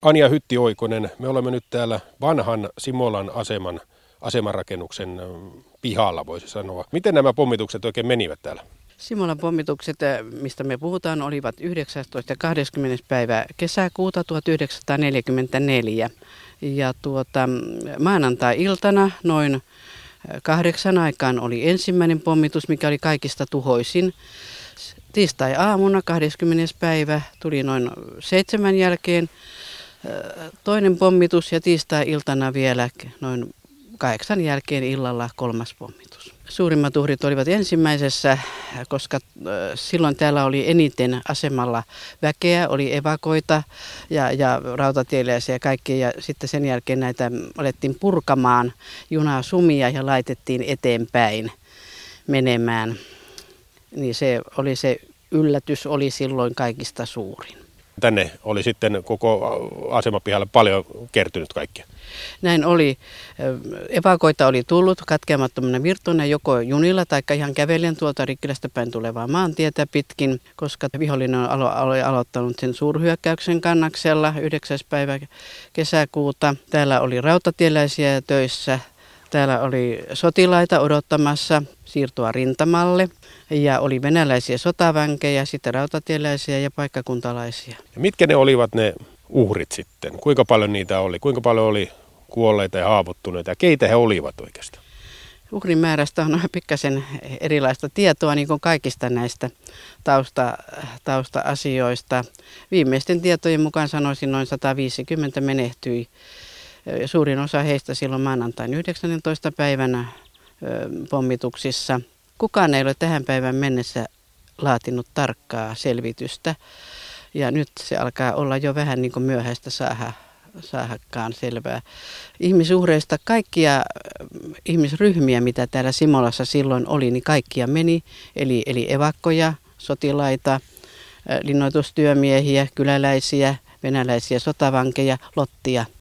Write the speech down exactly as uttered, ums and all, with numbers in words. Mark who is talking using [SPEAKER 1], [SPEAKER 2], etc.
[SPEAKER 1] Anja Hytti-Oikonen, me olemme nyt täällä vanhan Simolan aseman, asemanrakennuksen pihalla, voisi sanoa. Miten nämä pommitukset oikein menivät täällä?
[SPEAKER 2] Simolan pommitukset, mistä me puhutaan, olivat yhdeksästoista ja kahdeskymmenes päivä kesäkuuta tuhatyhdeksänsataaneljäkymmentäneljä. Ja tuota, maanantai-iltana noin kahdeksan aikaan oli ensimmäinen pommitus, mikä oli kaikista tuhoisin. Tiistai-aamuna kahdeskymmenes päivä tuli noin seitsemän jälkeen toinen pommitus ja tiistai-iltana vielä noin kahdeksan jälkeen illalla kolmas pommitus. Suurimmat uhrit olivat ensimmäisessä, koska silloin täällä oli eniten asemalla väkeä, oli evakoita ja, ja rautatieläisiä ja kaikkea. Ja sitten sen jälkeen näitä alettiin purkamaan junaa sumia ja laitettiin eteenpäin menemään. Niin se oli se yllätys oli silloin kaikista suurin.
[SPEAKER 1] Tänne oli sitten koko asemapihalle paljon kertynyt kaikkia.
[SPEAKER 2] Näin oli. Evakoita oli tullut katkeamattomana virtona joko junilla tai ihan kävellen tuolta Rikkilästä päin tulevaa maantietä pitkin, koska vihollinen oli aloittanut sen suurhyökkäyksen Kannaksella yhdeksäs päivä kesäkuuta. Täällä oli rautatieläisiä töissä. Täällä oli sotilaita odottamassa siirtoa rintamalle ja oli venäläisiä sotavankkeja, sitten rautatieläisiä ja paikkakuntalaisia.
[SPEAKER 1] Ja mitkä ne olivat ne uhrit sitten? Kuinka paljon niitä oli? Kuinka paljon oli kuolleita ja haavoittuneita ja keitä he olivat oikeastaan?
[SPEAKER 2] Uhrin määrästä on pikkasen erilaista tietoa niin kuin kaikista näistä tausta, tausta-asioista. Viimeisten tietojen mukaan sanoisin noin sata viisikymmentä menehtyi. Suurin osa heistä silloin maanantain yhdeksännentoista päivänä pommituksissa. Kukaan ei ole tähän päivään mennessä laatinut tarkkaa selvitystä. Ja nyt se alkaa olla jo vähän niin kuin myöhäistä saada, saadakaan selvää. Ihmisuhreista kaikkia ihmisryhmiä, mitä täällä Simolassa silloin oli, niin kaikkia meni. Eli, eli evakkoja, sotilaita, linnoitustyömiehiä, kyläläisiä, venäläisiä sotavankeja, lottia.